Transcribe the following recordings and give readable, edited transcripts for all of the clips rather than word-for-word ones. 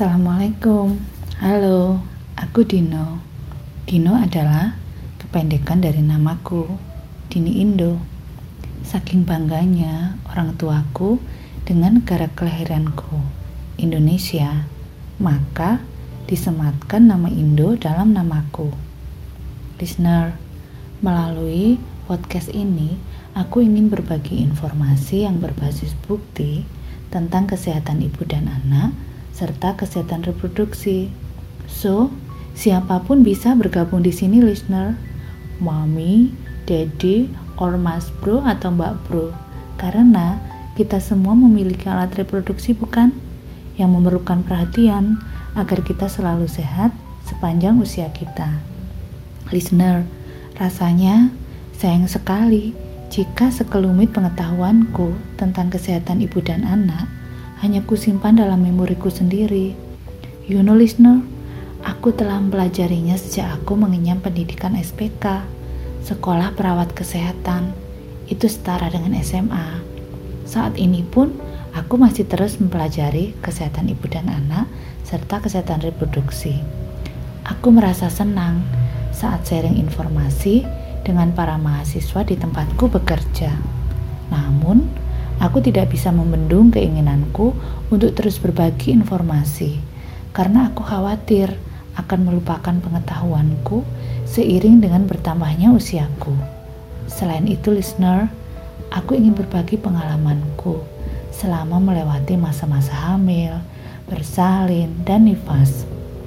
Assalamualaikum. Halo, aku Dino. Dino adalah kependekan dari namaku, Dini Indo. Saking bangganya orang tuaku dengan negara kelahiranku, Indonesia, maka disematkan nama Indo dalam namaku. Listener, melalui podcast ini, aku ingin berbagi informasi yang berbasis bukti tentang kesehatan ibu dan anak, serta kesehatan reproduksi. So, siapapun bisa bergabung di sini, listener. Mami, daddy, or mas bro atau mbak bro. Karena kita semua memiliki alat reproduksi, bukan? Yang memerlukan perhatian agar kita selalu sehat sepanjang usia kita. Listener, rasanya sayang sekali jika sekelumit pengetahuanku tentang kesehatan ibu dan anak hanya kusimpan dalam memoriku sendiri. You know, listener, aku telah mempelajarinya sejak aku mengenyam pendidikan SPK, Sekolah Perawat Kesehatan. Itu setara dengan SMA. Saat ini pun, aku masih terus mempelajari kesehatan ibu dan anak, serta kesehatan reproduksi. Aku merasa senang saat sharing informasi dengan para mahasiswa di tempatku bekerja. Namun, aku tidak bisa membendung keinginanku untuk terus berbagi informasi, karena aku khawatir akan melupakan pengetahuanku seiring dengan bertambahnya usiaku. Selain itu, listener, aku ingin berbagi pengalamanku selama melewati masa-masa hamil, bersalin, dan nifas.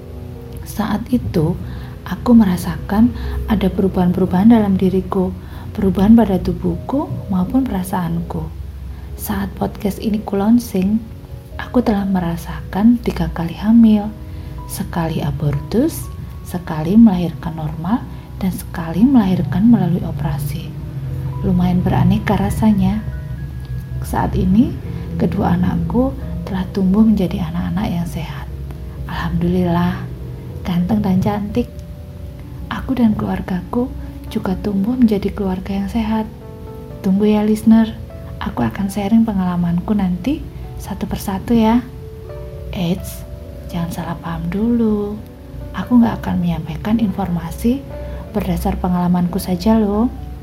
Saat itu, aku merasakan ada perubahan-perubahan dalam diriku, perubahan pada tubuhku maupun perasaanku. Saat podcast ini ku-launching, aku telah merasakan 3 kali hamil, sekali abortus, sekali melahirkan normal, dan sekali melahirkan melalui operasi. Lumayan beraneka rasanya. Saat ini, kedua anakku telah tumbuh menjadi anak-anak yang sehat. Alhamdulillah, ganteng dan cantik. Aku dan keluargaku juga tumbuh menjadi keluarga yang sehat. Tunggu ya, listener. Aku akan sharing pengalamanku nanti satu persatu ya. Eits, jangan salah paham dulu. Aku gak akan menyampaikan informasi berdasar pengalamanku saja loh.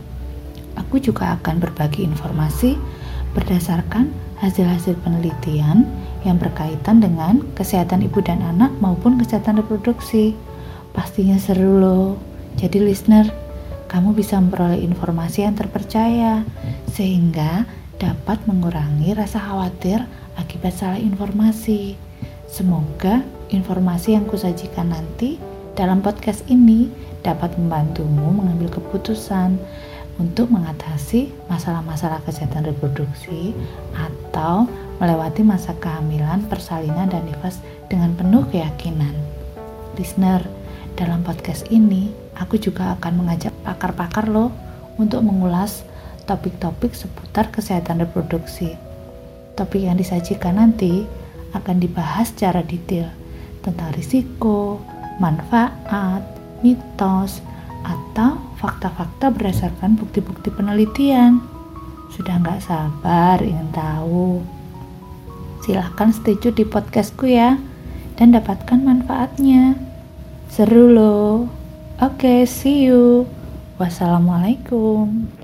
Aku juga akan berbagi informasi berdasarkan hasil-hasil penelitian yang berkaitan dengan kesehatan ibu dan anak maupun kesehatan reproduksi. Pastinya seru loh. Jadi listener, kamu bisa memperoleh informasi yang terpercaya sehingga dapat mengurangi rasa khawatir akibat salah informasi. Semoga informasi yang kusajikan nanti dalam podcast ini dapat membantumu mengambil keputusan untuk mengatasi masalah-masalah kesehatan reproduksi atau melewati masa kehamilan, persalinan, dan nifas dengan penuh keyakinan. Listener, dalam podcast ini aku juga akan mengajak pakar-pakar loh untuk mengulas topik-topik seputar kesehatan reproduksi. Topik yang disajikan nanti akan dibahas secara detail tentang risiko, manfaat, mitos, atau fakta-fakta berdasarkan bukti-bukti penelitian. Sudah nggak sabar ingin tahu? Silahkan stay tune di podcastku ya, dan dapatkan manfaatnya. Seru loh. Oke, see you. Wassalamualaikum.